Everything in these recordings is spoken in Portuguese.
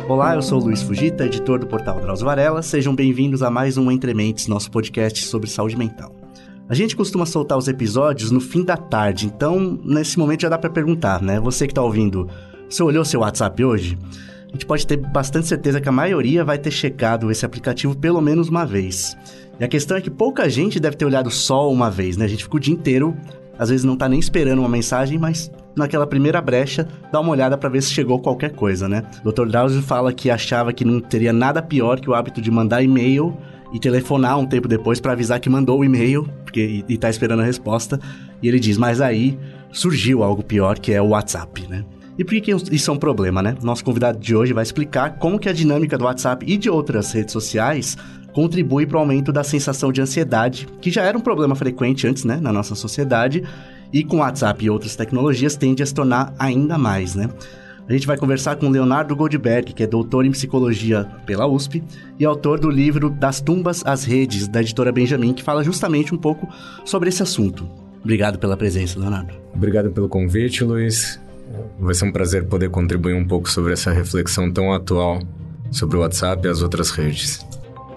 Olá, eu sou o Luiz Fujita, editor do portal Drauzio Varela. Sejam bem-vindos a mais um Entre Mentes, nosso podcast sobre saúde mental. A gente costuma soltar os episódios no fim da tarde, então nesse momento já dá pra perguntar, né? Você que tá ouvindo, você olhou seu WhatsApp hoje? A gente pode ter bastante certeza que a maioria vai ter checado esse aplicativo pelo menos uma vez. E a questão é que pouca gente deve ter olhado só uma vez, né? A gente fica o dia inteiro, às vezes não tá nem esperando uma mensagem, mas naquela primeira brecha, dá uma olhada pra ver se chegou qualquer coisa, né? O Dr. Drauzio fala que achava que não teria nada pior que o hábito de mandar e-mail e telefonar um tempo depois pra avisar que mandou o e-mail e tá esperando a resposta. E ele diz, mas aí surgiu algo pior, que é o WhatsApp, né? E por que isso é um problema, né? Nosso convidado de hoje vai explicar como que a dinâmica do WhatsApp e de outras redes sociais contribui para o aumento da sensação de ansiedade, que já era um problema frequente antes, né, na nossa sociedade, e com o WhatsApp e outras tecnologias tende a se tornar ainda mais, né? A gente vai conversar com Leonardo Goldberg, que é doutor em psicologia pela USP e autor do livro Das Tumbas às Redes, da editora Benjamin, que fala justamente um pouco sobre esse assunto. Obrigado pela presença, Leonardo. Obrigado pelo convite, Luiz. Vai ser um prazer poder contribuir um pouco sobre essa reflexão tão atual sobre o WhatsApp e as outras redes.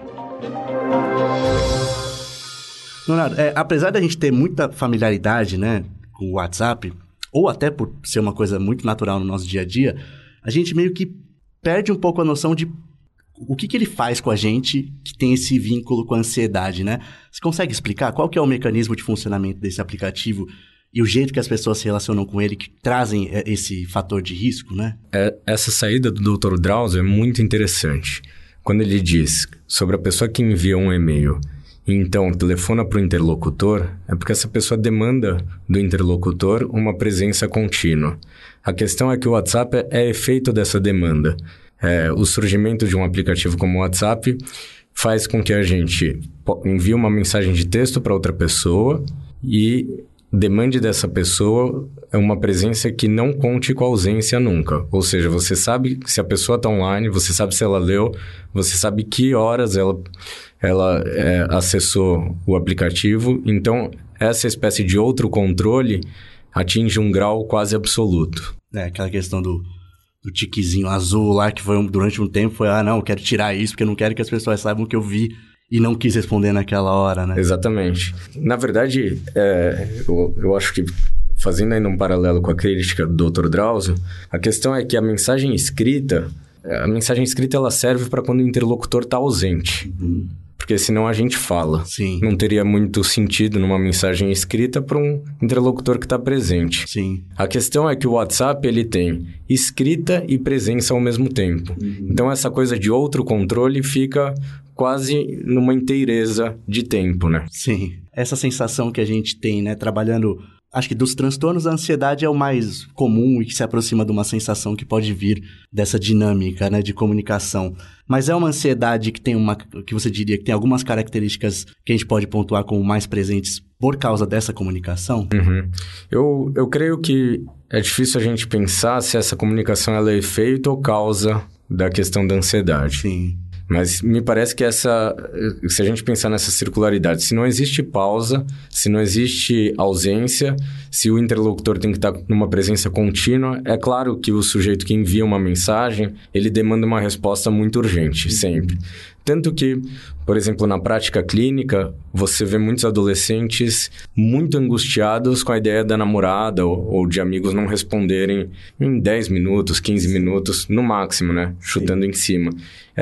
Leonardo, apesar da gente ter muita familiaridade, né, com o WhatsApp, ou até por ser uma coisa muito natural no nosso dia a dia, a gente meio que perde um pouco a noção de o que ele faz com a gente que tem esse vínculo com a ansiedade, né? Você consegue explicar qual que é o mecanismo de funcionamento desse aplicativo e o jeito que as pessoas se relacionam com ele que trazem esse fator de risco, né? Essa saída do Dr. Drauzio é muito interessante. Quando ele diz sobre a pessoa que envia um e-mail e então telefona para o interlocutor, é porque essa pessoa demanda do interlocutor uma presença contínua. A questão é que o WhatsApp é efeito dessa demanda. O surgimento de um aplicativo como o WhatsApp faz com que a gente envie uma mensagem de texto para outra pessoa e demande dessa pessoa uma presença que não conte com a ausência nunca. Ou seja, você sabe se a pessoa está online, você sabe se ela leu, você sabe que horas ela acessou o aplicativo. Então, essa espécie de outro controle atinge um grau quase absoluto. Aquela questão do tiquezinho azul lá, que foi durante um tempo, não, eu quero tirar isso, porque eu não quero que as pessoas saibam que eu vi e não quis responder naquela hora, né? Exatamente. Na verdade, eu acho que, fazendo ainda um paralelo com a crítica do Dr. Drauzio, a questão é que a mensagem escrita ela serve para quando o interlocutor está ausente. Uhum. Porque senão a gente fala. Sim. Não teria muito sentido numa mensagem escrita para um interlocutor que está presente. Sim. A questão é que o WhatsApp ele tem escrita e presença ao mesmo tempo. Uhum. Então, essa coisa de outro controle fica quase numa inteireza de tempo, né? Sim. Essa sensação que a gente tem, né, trabalhando... Acho que dos transtornos, a ansiedade é o mais comum e que se aproxima de uma sensação que pode vir dessa dinâmica, né, de comunicação. Mas é uma ansiedade que tem que você diria que tem algumas características que a gente pode pontuar como mais presentes por causa dessa comunicação? Uhum. Eu creio que é difícil a gente pensar se essa comunicação ela é efeito ou causa da questão da ansiedade. Sim. Mas me parece que se a gente pensar nessa circularidade, se não existe pausa, se não existe ausência, se o interlocutor tem que estar numa presença contínua, é claro que o sujeito que envia uma mensagem, ele demanda uma resposta muito urgente, sempre. Tanto que, por exemplo, na prática clínica, você vê muitos adolescentes muito angustiados com a ideia da namorada ou de amigos não responderem em 10 minutos, 15 minutos, no máximo, né? Chutando em cima.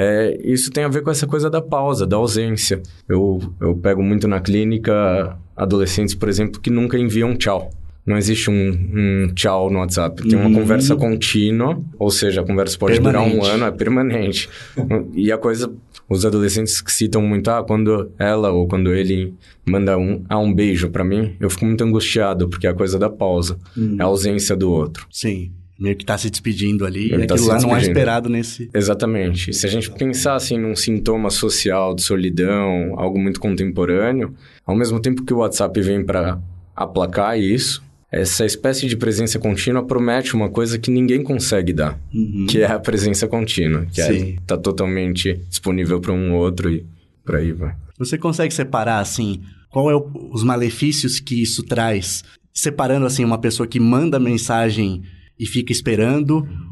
Isso tem a ver com essa coisa da pausa, da ausência. Eu pego muito na clínica adolescentes, por exemplo, que nunca enviam tchau. Não existe um tchau no WhatsApp. Tem uma conversa contínua, ou seja, a conversa pode durar um ano, é permanente. E a coisa, os adolescentes que citam muito, quando ela ou quando ele manda um beijo pra mim, eu fico muito angustiado, porque é a coisa da pausa, é a ausência do outro. Sim, meio que tá se despedindo ali, e aquilo lá não é esperado nesse... Exatamente. Se a gente pensar assim num sintoma social de solidão, algo muito contemporâneo, ao mesmo tempo que o WhatsApp vem para aplacar isso, essa espécie de presença contínua promete uma coisa que ninguém consegue dar, que é a presença contínua, que está totalmente disponível para um outro e por aí vai. Você consegue separar, assim, qual é os malefícios que isso traz, separando, assim, uma pessoa que manda mensagem e fica esperando,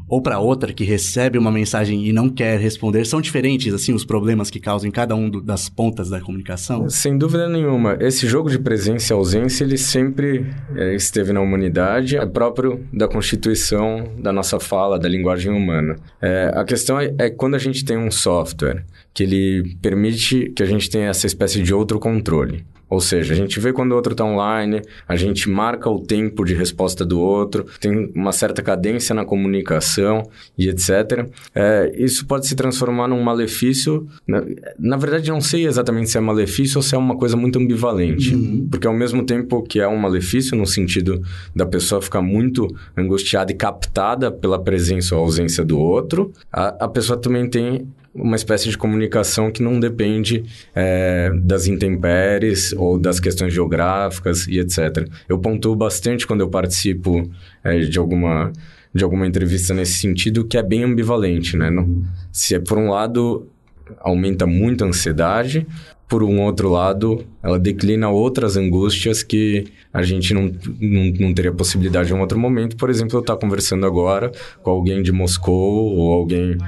ou para outra que recebe uma mensagem e não quer responder, são diferentes, assim, os problemas que causam em cada das pontas da comunicação? Sem dúvida nenhuma. Esse jogo de presença e ausência, ele sempre esteve na humanidade, é próprio da constituição da nossa fala, da linguagem humana. A questão é quando a gente tem um software que ele permite que a gente tenha essa espécie de outro controle. Ou seja, a gente vê quando o outro está online, a gente marca o tempo de resposta do outro, tem uma certa cadência na comunicação e etc. Isso pode se transformar num malefício. Na verdade, não sei exatamente se é malefício ou se é uma coisa muito ambivalente. Porque ao mesmo tempo que é um malefício, no sentido da pessoa ficar muito angustiada e captada pela presença ou ausência do outro, a pessoa também tem uma espécie de comunicação que não depende das intempéries ou das questões geográficas e etc. Eu pontuo bastante quando eu participo de alguma entrevista nesse sentido, que é bem ambivalente, né? Se por um lado aumenta muito a ansiedade, por um outro lado, ela declina outras angústias que a gente não teria possibilidade em um outro momento. Por exemplo, eu estar conversando agora com alguém de Moscou ou alguém...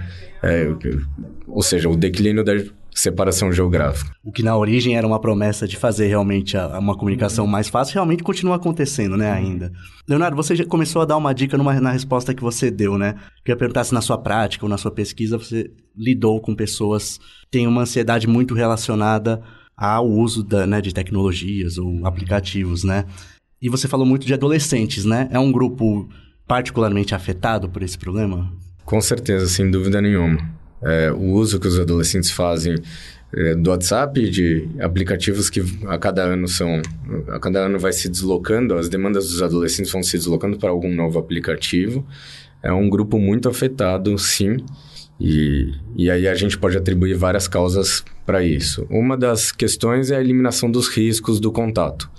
ou seja, o declínio da separação geográfica. O que na origem era uma promessa de fazer realmente uma comunicação mais fácil, realmente continua acontecendo, né, ainda. Leonardo, você já começou a dar uma dica na resposta que você deu, né? Queria perguntar se na sua prática ou na sua pesquisa você lidou com pessoas que têm uma ansiedade muito relacionada ao uso de tecnologias ou aplicativos, né? E você falou muito de adolescentes, né? É um grupo particularmente afetado por esse problema? Com certeza, sem dúvida nenhuma. O uso que os adolescentes fazem do WhatsApp, de aplicativos que a cada ano vai se deslocando, as demandas dos adolescentes vão se deslocando para algum novo aplicativo. É um grupo muito afetado, sim, e aí a gente pode atribuir várias causas para isso. Uma das questões é a eliminação dos riscos do contato.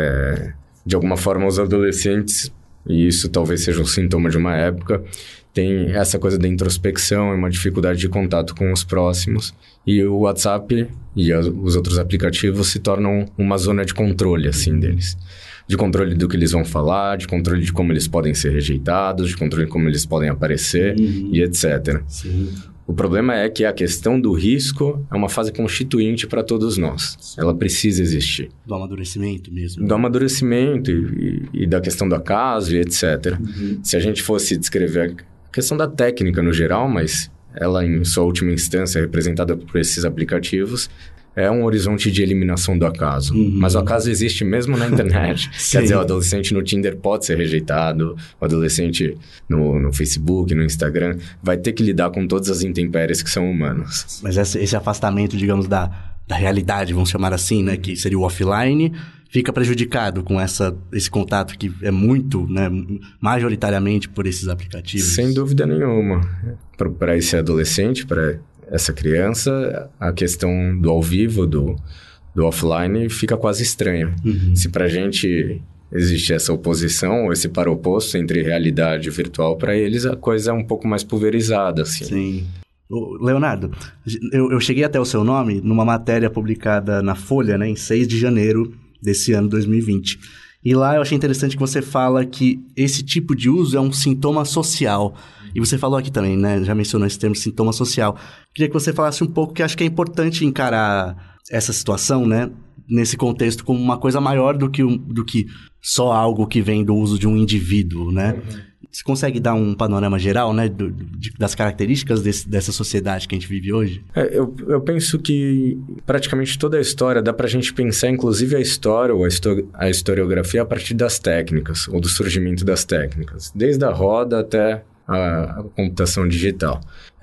De alguma forma, os adolescentes, e isso talvez seja um sintoma de uma época, tem essa coisa da introspecção e uma dificuldade de contato com os próximos. E o WhatsApp e os outros aplicativos se tornam uma zona de controle, assim, deles. De controle do que eles vão falar, de controle de como eles podem ser rejeitados, de controle de como eles podem aparecer e etc. Sim. O problema é que a questão do risco é uma fase constituinte para todos nós. Ela precisa existir. Do amadurecimento mesmo. Do amadurecimento e da questão do acaso e etc. Se a gente fosse descrever a questão da técnica no geral, mas ela em sua última instância representada por esses aplicativos, é um horizonte de eliminação do acaso. Mas o acaso existe mesmo na internet. Quer dizer, o adolescente no Tinder pode ser rejeitado, o adolescente no Facebook, no Instagram, vai ter que lidar com todas as intempéries que são humanas. Mas esse afastamento, digamos, da realidade, vamos chamar assim, né, que seria o offline, fica prejudicado com esse contato que é muito, né, majoritariamente por esses aplicativos. Sem dúvida nenhuma. Para esse adolescente, para essa criança, a questão do ao vivo, do offline, fica quase estranha. Se pra gente existe essa oposição, esse paroposto entre realidade e virtual, para eles a coisa é um pouco mais pulverizada, assim. Sim. Leonardo, eu cheguei até o seu nome numa matéria publicada na Folha, né, em 6 de janeiro desse ano, 2020. E lá eu achei interessante que você fala que esse tipo de uso é um sintoma social. E você falou aqui também, né? Já mencionou esse termo, sintoma social. Queria que você falasse um pouco, que acho que é importante encarar essa situação, né? Nesse contexto, como uma coisa maior do que só algo que vem do uso de um indivíduo, né? Você consegue dar um panorama geral, né? Das características dessa sociedade que a gente vive hoje? Eu penso que praticamente toda a história, dá pra gente pensar, inclusive a história ou a historiografia, a partir das técnicas, ou do surgimento das técnicas. Desde a roda até a computação digital.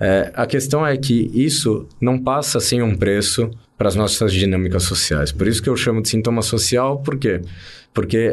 A questão é que isso não passa sem um preço para as nossas dinâmicas sociais. Por isso que eu chamo de sintoma social, por quê? Porque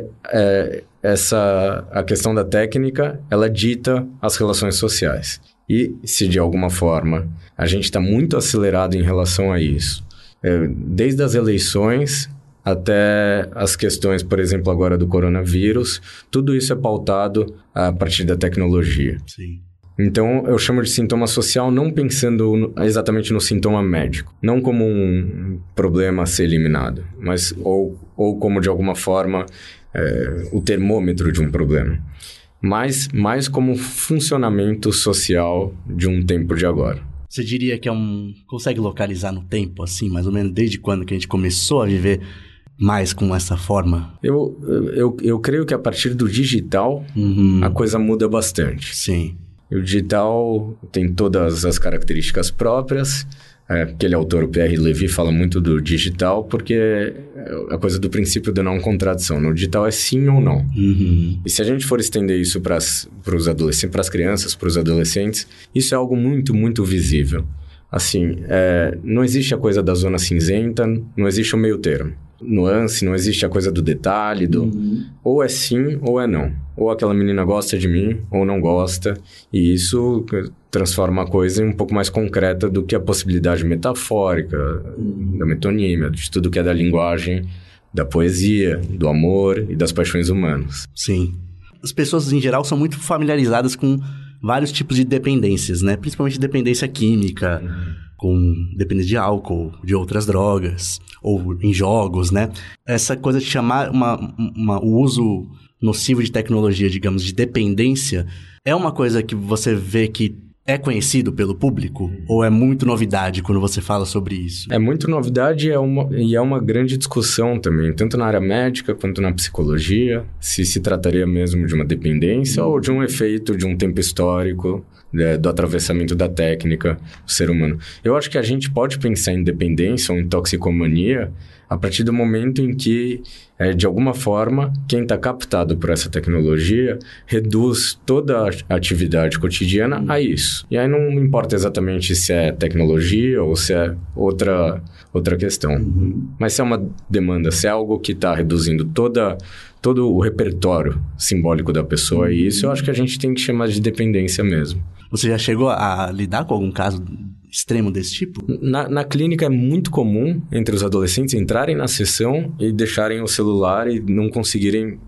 a questão da técnica, ela dita as relações sociais. E se de alguma forma a gente está muito acelerado em relação a isso, desde as eleições até as questões, por exemplo, agora do coronavírus, tudo isso é pautado a partir da tecnologia. Sim. Então, eu chamo de sintoma social não pensando exatamente no sintoma médico, não como um problema a ser eliminado, mas ou como, de alguma forma, o termômetro de um problema. mais como funcionamento social de um tempo de agora. Você diria que consegue localizar no tempo, assim, mais ou menos desde quando que a gente começou a viver mais com essa forma? Eu creio que a partir do digital, a coisa muda bastante. Sim. E o digital tem todas as características próprias. Aquele autor, o Pierre Levy, fala muito do digital porque é a coisa do princípio da não contradição. No digital é sim ou não. E se a gente for estender isso para os adolescentes, para as crianças, para os adolescentes, isso é algo muito, muito visível. Assim, não existe a coisa da zona cinzenta, não existe o meio termo. Nuance, não existe a coisa do detalhe, ou é sim ou é não. Ou aquela menina gosta de mim ou não gosta, e isso transforma a coisa em um pouco mais concreta do que a possibilidade metafórica, da metonímia, de tudo que é da linguagem, da poesia, do amor e das paixões humanas. Sim. As pessoas, em geral, são muito familiarizadas com vários tipos de dependências, né? Principalmente dependência química, com dependência de álcool, de outras drogas, ou em jogos, né? Essa coisa de chamar o uso nocivo de tecnologia, digamos, de dependência, é uma coisa que você vê que é conhecido pelo público? Ou é muito novidade quando você fala sobre isso? É muito novidade e é uma grande discussão também, tanto na área médica quanto na psicologia, se trataria mesmo de uma dependência ou de um efeito de um tempo histórico, do atravessamento da técnica do ser humano. Eu acho que a gente pode pensar em dependência ou em toxicomania a partir do momento em que, de alguma forma, quem está captado por essa tecnologia reduz toda a atividade cotidiana a isso. E aí não importa exatamente se é tecnologia ou se é outra questão. Mas se é uma demanda, se é algo que está reduzindo todo o repertório simbólico da pessoa, e isso eu acho que a gente tem que chamar de dependência mesmo. Você já chegou a lidar com algum caso extremo desse tipo? Na clínica é muito comum entre os adolescentes entrarem na sessão e deixarem o celular e não conseguirem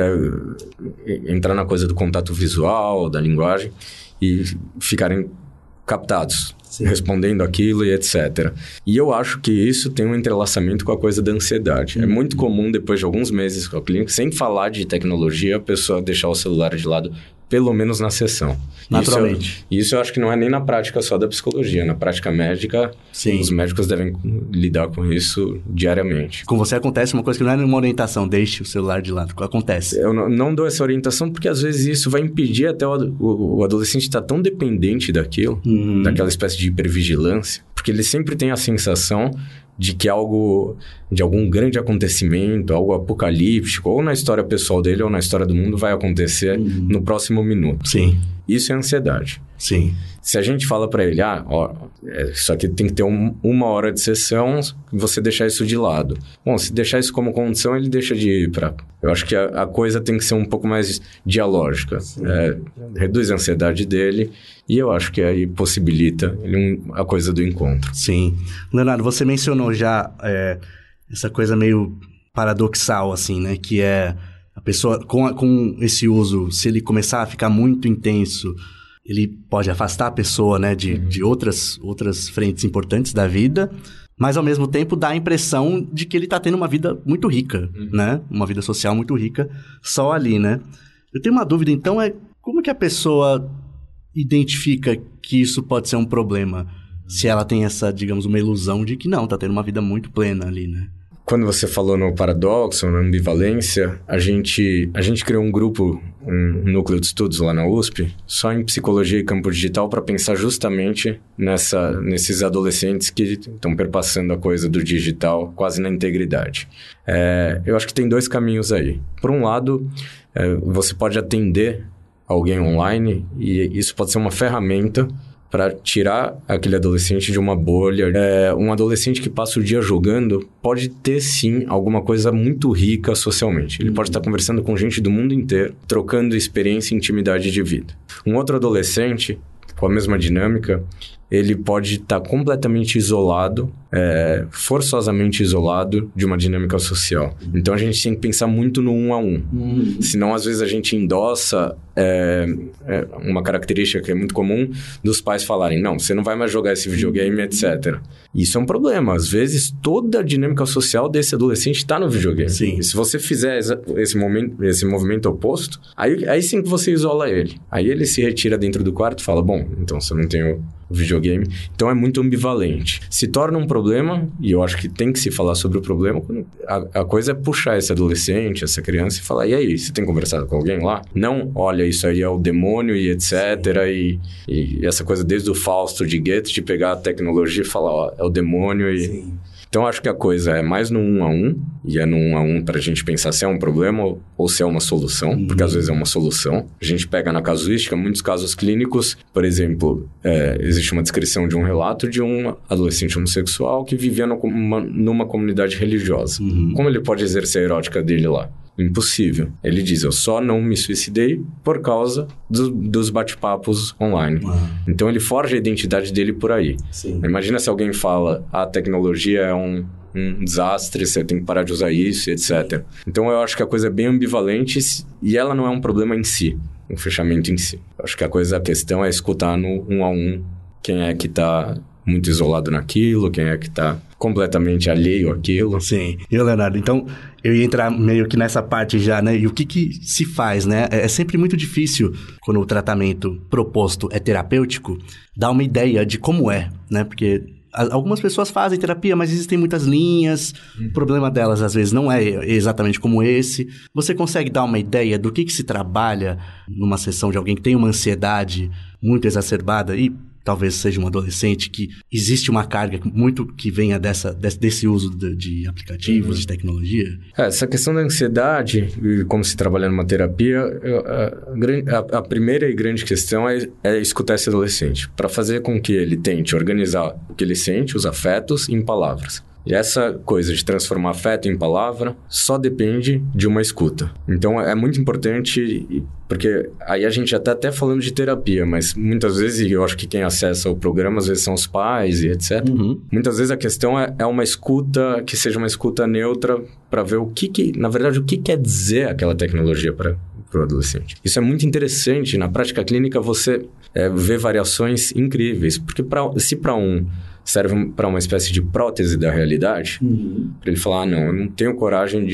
entrar na coisa do contato visual, da linguagem e ficarem captados. Sim. Respondendo aquilo e etc. E eu acho que isso tem um entrelaçamento com a coisa da ansiedade. É muito comum, depois de alguns meses com a clínica, sem falar de tecnologia, a pessoa deixar o celular de lado, pelo menos na sessão. Naturalmente. Isso eu acho que não é nem na prática só da psicologia. Na prática médica, sim, os médicos devem lidar com isso diariamente. Com você acontece uma coisa que não é uma orientação, deixe o celular de lado. Acontece. Eu não dou essa orientação porque às vezes isso vai impedir até o adolescente estar tão dependente daquilo, daquela espécie de hipervigilância, porque ele sempre tem a sensação de que de algum grande acontecimento, algo apocalíptico, ou na história pessoal dele ou na história do mundo vai acontecer no próximo minuto. Sim. Isso é ansiedade. Sim. Se a gente fala para ele, isso aqui tem que ter uma hora de sessão, você deixar isso de lado. Bom, se deixar isso como condição, ele deixa de ir para... Eu acho que a coisa tem que ser um pouco mais dialógica. Reduz a ansiedade dele e eu acho que aí possibilita a coisa do encontro. Sim. Leonardo, você mencionou já essa coisa meio paradoxal, assim, né? Que é a pessoa, com esse uso, se ele começar a ficar muito intenso, ele pode afastar a pessoa, né, de outras frentes importantes da vida, mas ao mesmo tempo dá a impressão de que ele está tendo uma vida muito rica, né? Uma vida social muito rica só ali, né? Eu tenho uma dúvida, então, como que a pessoa identifica que isso pode ser um problema? Se ela tem essa, digamos, uma ilusão de que não, está tendo uma vida muito plena ali, né? Quando você falou no paradoxo, na ambivalência, a gente criou um grupo, um núcleo de estudos lá na USP, só em psicologia e campo digital, para pensar justamente nesses adolescentes que estão perpassando a coisa do digital quase na integridade. Eu acho que tem dois caminhos aí. Por um lado, você pode atender alguém online e isso pode ser uma ferramenta para tirar aquele adolescente de uma bolha. Um adolescente que passa o dia jogando pode ter, sim, alguma coisa muito rica socialmente. Ele pode estar conversando com gente do mundo inteiro, trocando experiência e intimidade de vida. Um outro adolescente, com a mesma dinâmica, ele pode estar completamente isolado, forçosamente isolado de uma dinâmica social. Então, a gente tem que pensar muito no 1 a 1. Senão, às vezes, a gente endossa uma característica que é muito comum dos pais falarem, não, você não vai mais jogar esse videogame, etc. Isso é um problema. Às vezes, toda a dinâmica social desse adolescente está no videogame. Sim. E se você fizer esse movimento oposto, aí sim que você isola ele. Aí ele se retira dentro do quarto e fala, bom, então você não tem o videogame. Então, é muito ambivalente. Se torna um problema, e eu acho que tem que se falar sobre o problema, a coisa é puxar esse adolescente, essa criança e falar, e aí, você tem conversado com alguém lá? Não, olha, isso aí é o demônio e etc. E essa coisa desde o Fausto de Goethe, de pegar a tecnologia e falar, ó, é o demônio e... Sim. Então, acho que a coisa é mais no 1 a 1, e é no 1 a 1 para a gente pensar se é um problema ou se é uma solução, porque às vezes é uma solução. A gente pega na casuística muitos casos clínicos, por exemplo, existe uma descrição de um relato de um adolescente homossexual que vivia numa comunidade religiosa. Como ele pode exercer a erótica dele lá? Impossível. Ele diz, eu só não me suicidei por causa dos bate-papos online. Então, ele forja a identidade dele por aí. Sim. Imagina se alguém fala, a tecnologia é um desastre, você tem que parar de usar isso, etc. Então, eu acho que a coisa é bem ambivalente e ela não é um problema em si, um fechamento em si. Eu acho que a questão é escutar no 1 a 1 quem é que está muito isolado naquilo, quem é que está completamente alheio àquilo. Sim. E, Leonardo, então, eu ia entrar meio que nessa parte já, né? E o que se faz, né? É sempre muito difícil, quando o tratamento proposto é terapêutico, dar uma ideia de como é, né? Porque algumas pessoas fazem terapia, mas existem muitas linhas. O problema delas, às vezes, não é exatamente como esse. Você consegue dar uma ideia do que se trabalha numa sessão de alguém que tem uma ansiedade muito exacerbada e talvez seja um adolescente, que existe uma carga muito que venha desse uso de aplicativos, de tecnologia? Essa questão da ansiedade, e como se trabalha numa terapia, a primeira e grande questão é escutar esse adolescente, para fazer com que ele tente organizar o que ele sente, os afetos, em palavras. E essa coisa de transformar afeto em palavra só depende de uma escuta. Então, é muito importante, porque aí a gente já está até falando de terapia, mas muitas vezes, e eu acho que quem acessa o programa, às vezes são os pais e etc. Muitas vezes a questão é uma escuta que seja uma escuta neutra para ver na verdade, o que quer dizer aquela tecnologia para o adolescente. Isso é muito interessante. Na prática clínica, você vê variações incríveis, porque se para um serve para uma espécie de prótese da realidade, para ele falar, não, eu não tenho coragem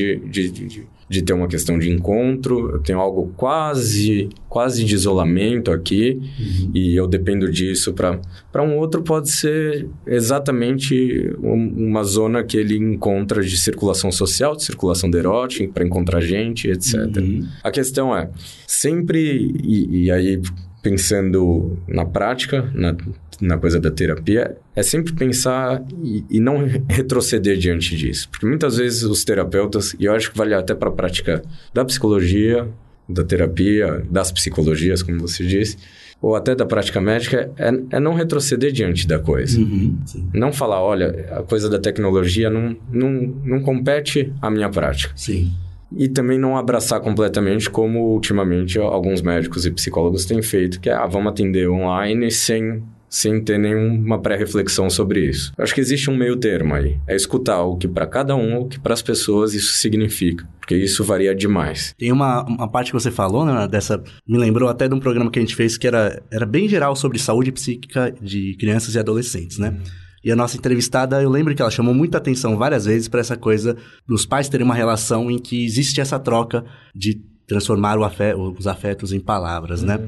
de ter uma questão de encontro, eu tenho algo quase de isolamento aqui, e eu dependo disso. Para um outro pode ser exatamente uma zona que ele encontra de circulação social, de circulação erótica, para encontrar gente, etc. A questão é, sempre, e aí pensando na prática, na coisa da terapia, é sempre pensar e não retroceder diante disso. Porque muitas vezes os terapeutas, e eu acho que vale até para a prática da psicologia, da terapia, das psicologias, como você disse, ou até da prática médica, é não retroceder diante da coisa. Não falar, olha, a coisa da tecnologia não compete à minha prática. Sim. E também não abraçar completamente, como ultimamente alguns médicos e psicólogos têm feito, que é, vamos atender online sem ter nenhuma pré-reflexão sobre isso. Eu acho que existe um meio termo aí. É escutar o que para cada um, o que para as pessoas isso significa. Porque isso varia demais. Tem uma parte que você falou, né, me lembrou até de um programa que a gente fez que era bem geral sobre saúde psíquica de crianças e adolescentes, né? E a nossa entrevistada, eu lembro que ela chamou muita atenção várias vezes para essa coisa dos pais terem uma relação em que existe essa troca de transformar os afetos em palavras, né?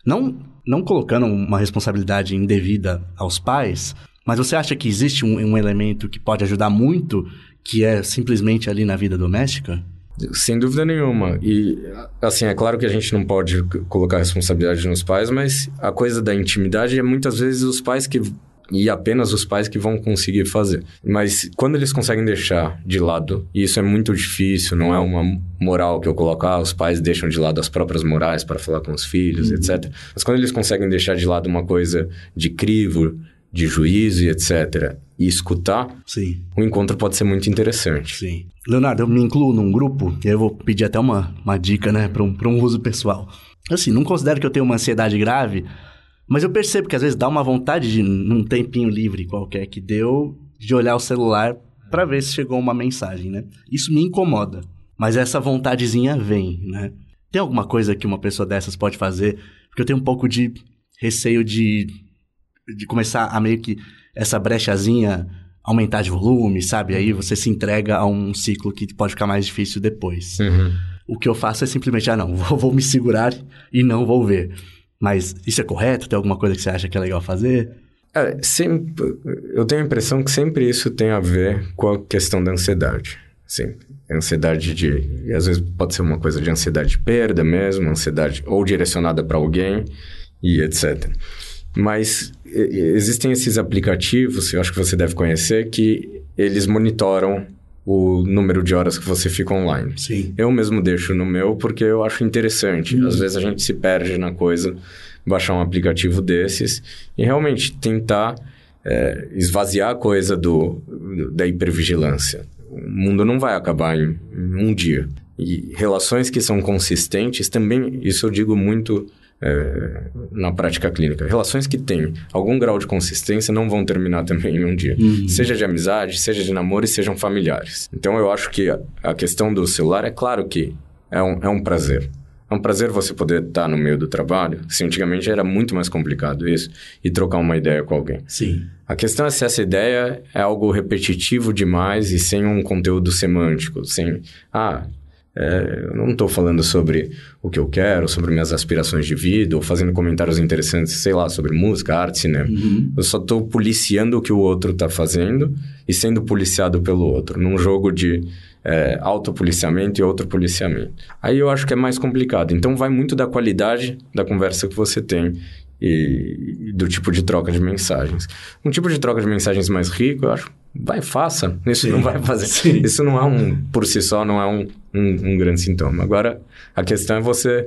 Não colocando uma responsabilidade indevida aos pais, mas você acha que existe um elemento que pode ajudar muito, que é simplesmente ali na vida doméstica? Sem dúvida nenhuma. E, assim, é claro que a gente não pode colocar responsabilidade nos pais, mas a coisa da intimidade é muitas vezes os pais e apenas os pais que vão conseguir fazer. Mas quando eles conseguem deixar de lado, e isso é muito difícil, não é uma moral que eu coloco, os pais deixam de lado as próprias morais para falar com os filhos, etc. Mas quando eles conseguem deixar de lado uma coisa de crivo, de juízo e etc., e escutar, sim, o encontro pode ser muito interessante. Sim. Leonardo, eu me incluo num grupo, e eu vou pedir até uma dica, né, para um uso pessoal. Assim, não considero que eu tenho uma ansiedade grave, Mas eu percebo que às vezes dá uma vontade de, num tempinho livre qualquer que deu, de olhar o celular para ver se chegou uma mensagem, né? Isso me incomoda, mas essa vontadezinha vem, né? Tem alguma coisa que uma pessoa dessas pode fazer? Porque eu tenho um pouco de receio de começar a meio que essa brechazinha aumentar de volume, sabe? Aí você se entrega a um ciclo que pode ficar mais difícil depois. O que eu faço é simplesmente, vou me segurar e não vou ver. Mas isso é correto? Tem alguma coisa que você acha que é legal fazer? Eu tenho a impressão que sempre isso tem a ver com a questão da ansiedade. Sim, ansiedade e às vezes pode ser uma coisa de ansiedade de perda mesmo, ansiedade ou direcionada para alguém e etc. Mas existem esses aplicativos, eu acho que você deve conhecer, que eles monitoram o número de horas que você fica online. Sim. Eu mesmo deixo no meu porque eu acho interessante. Às vezes a gente se perde na coisa, baixar um aplicativo desses e realmente tentar esvaziar a coisa da hipervigilância. O mundo não vai acabar em um dia. E relações que são consistentes também, isso eu digo muito na prática clínica. Relações que têm algum grau de consistência não vão terminar também em um dia. Seja de amizade, seja de namoro e sejam familiares. Então eu acho que a questão do celular é claro que é um prazer. É um prazer você poder estar no meio do trabalho. Se antigamente era muito mais complicado isso, e trocar uma ideia com alguém. Sim. A questão é se essa ideia é algo repetitivo demais e sem um conteúdo semântico, sem... eu não estou falando sobre o que eu quero, sobre minhas aspirações de vida, ou fazendo comentários interessantes, sei lá, sobre música, arte, cinema. Eu só estou policiando o que o outro está fazendo e sendo policiado pelo outro, num jogo de autopoliciamento e outro policiamento. Aí eu acho que é mais complicado. Então vai muito da qualidade da conversa que você tem e do tipo de troca de mensagens. Um tipo de troca de mensagens mais rico, eu acho, faça. Isso não vai fazer. Sim. Isso não é por si só, não é um grande sintoma. Agora, a questão é você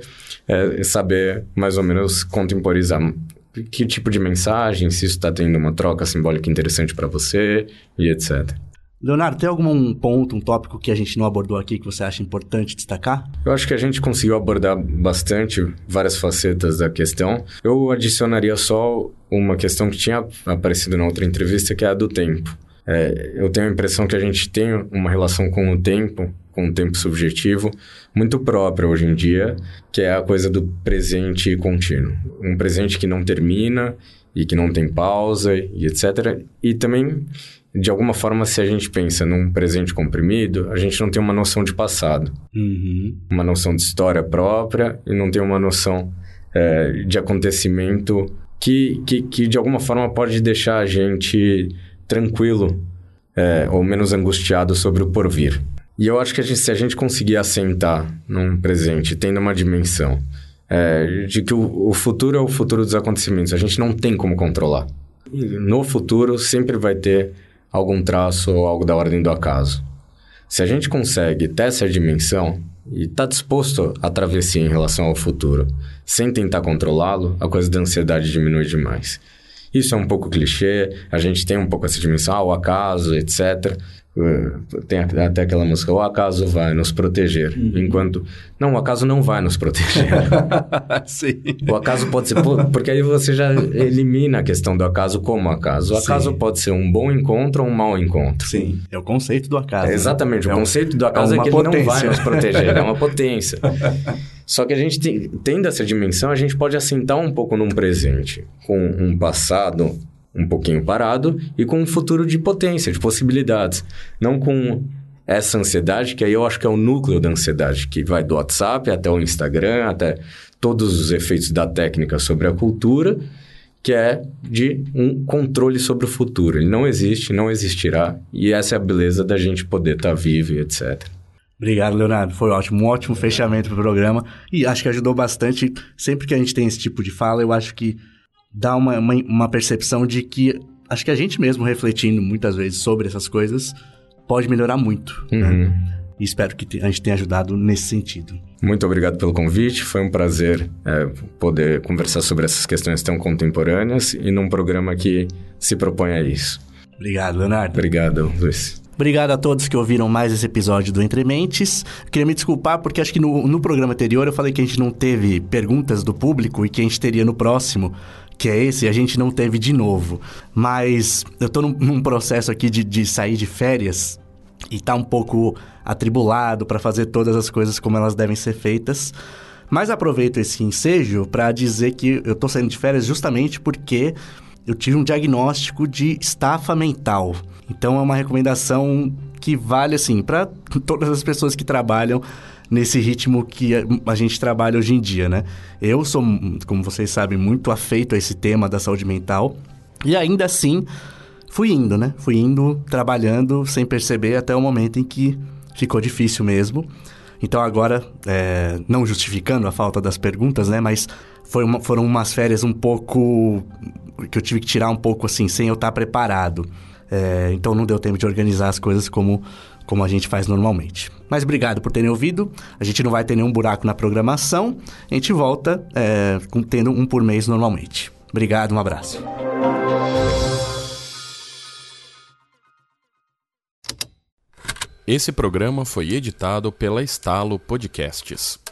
saber mais ou menos contemporizar que tipo de mensagem, se isso está tendo uma troca simbólica interessante para você e etc. Leonardo, tem algum ponto, um tópico que a gente não abordou aqui que você acha importante destacar? Eu acho que a gente conseguiu abordar bastante várias facetas da questão. Eu adicionaria só uma questão que tinha aparecido na outra entrevista, que é a do tempo. Eu tenho a impressão que a gente tem uma relação com o tempo subjetivo, muito própria hoje em dia, que é a coisa do presente contínuo. Um presente que não termina e que não tem pausa e etc. E também... De alguma forma, se a gente pensa num presente comprimido, a gente não tem uma noção de passado. Uma noção de história própria e não tem uma noção de acontecimento que de alguma forma pode deixar a gente tranquilo ou menos angustiado sobre o porvir. E eu acho que se a gente conseguir assentar num presente, tendo uma dimensão de que o futuro é o futuro dos acontecimentos, a gente não tem como controlar. E no futuro sempre vai ter algum traço ou algo da ordem do acaso. Se a gente consegue ter essa dimensão e está disposto a travessia em relação ao futuro, sem tentar controlá-lo, a coisa da ansiedade diminui demais. Isso é um pouco clichê, a gente tem um pouco essa dimensão, o acaso, etc. Tem até aquela música, o acaso vai nos proteger. Enquanto... Não, o acaso não vai nos proteger. Sim. O acaso pode ser... Porque aí você já elimina a questão do acaso como acaso. O acaso pode ser um bom encontro ou um mau encontro. Sim, é o conceito do acaso. Exatamente, o conceito do acaso é que ele não vai nos proteger, é uma potência. Só que a gente tendo essa dimensão, a gente pode assentar um pouco num presente, com um passado um pouquinho parado e com um futuro de potência, de possibilidades. Não com essa ansiedade, que aí eu acho que é o núcleo da ansiedade, que vai do WhatsApp até o Instagram, até todos os efeitos da técnica sobre a cultura, que é de um controle sobre o futuro. Ele não existe, não existirá, e essa é a beleza da gente poder estar vivo e etc. Obrigado, Leonardo. Foi ótimo. Um ótimo fechamento para o programa. E acho que ajudou bastante. Sempre que a gente tem esse tipo de fala, eu acho que dá uma percepção de que... Acho que a gente mesmo refletindo muitas vezes sobre essas coisas pode melhorar muito. Né? E espero que a gente tenha ajudado nesse sentido. Muito obrigado pelo convite. Foi um prazer poder conversar sobre essas questões tão contemporâneas e num programa que se propõe a isso. Obrigado, Leonardo. Obrigado, Luiz. Obrigado a todos que ouviram mais esse episódio do Entre Mentes. Queria me desculpar porque acho que no programa anterior eu falei que a gente não teve perguntas do público e que a gente teria no próximo, que é esse, a gente não teve de novo. Mas eu tô num processo aqui de sair de férias e tá um pouco atribulado para fazer todas as coisas como elas devem ser feitas. Mas aproveito esse ensejo para dizer que eu tô saindo de férias justamente porque eu tive um diagnóstico de estafa mental. Então é uma recomendação que vale, assim, para todas as pessoas que trabalham nesse ritmo que a gente trabalha hoje em dia, né? Eu sou, como vocês sabem, muito afeito a esse tema da saúde mental. E ainda assim, fui indo, né? Fui indo, trabalhando, sem perceber, até o momento em que ficou difícil mesmo. Então agora, não justificando a falta das perguntas, né? Mas foram umas férias um pouco... que eu tive que tirar um pouco, assim, sem eu estar preparado. Então não deu tempo de organizar as coisas como a gente faz normalmente. Mas obrigado por terem ouvido. A gente não vai ter nenhum buraco na programação. A gente volta tendo um por mês normalmente. Obrigado, um abraço. Esse programa foi editado pela Estalo Podcasts.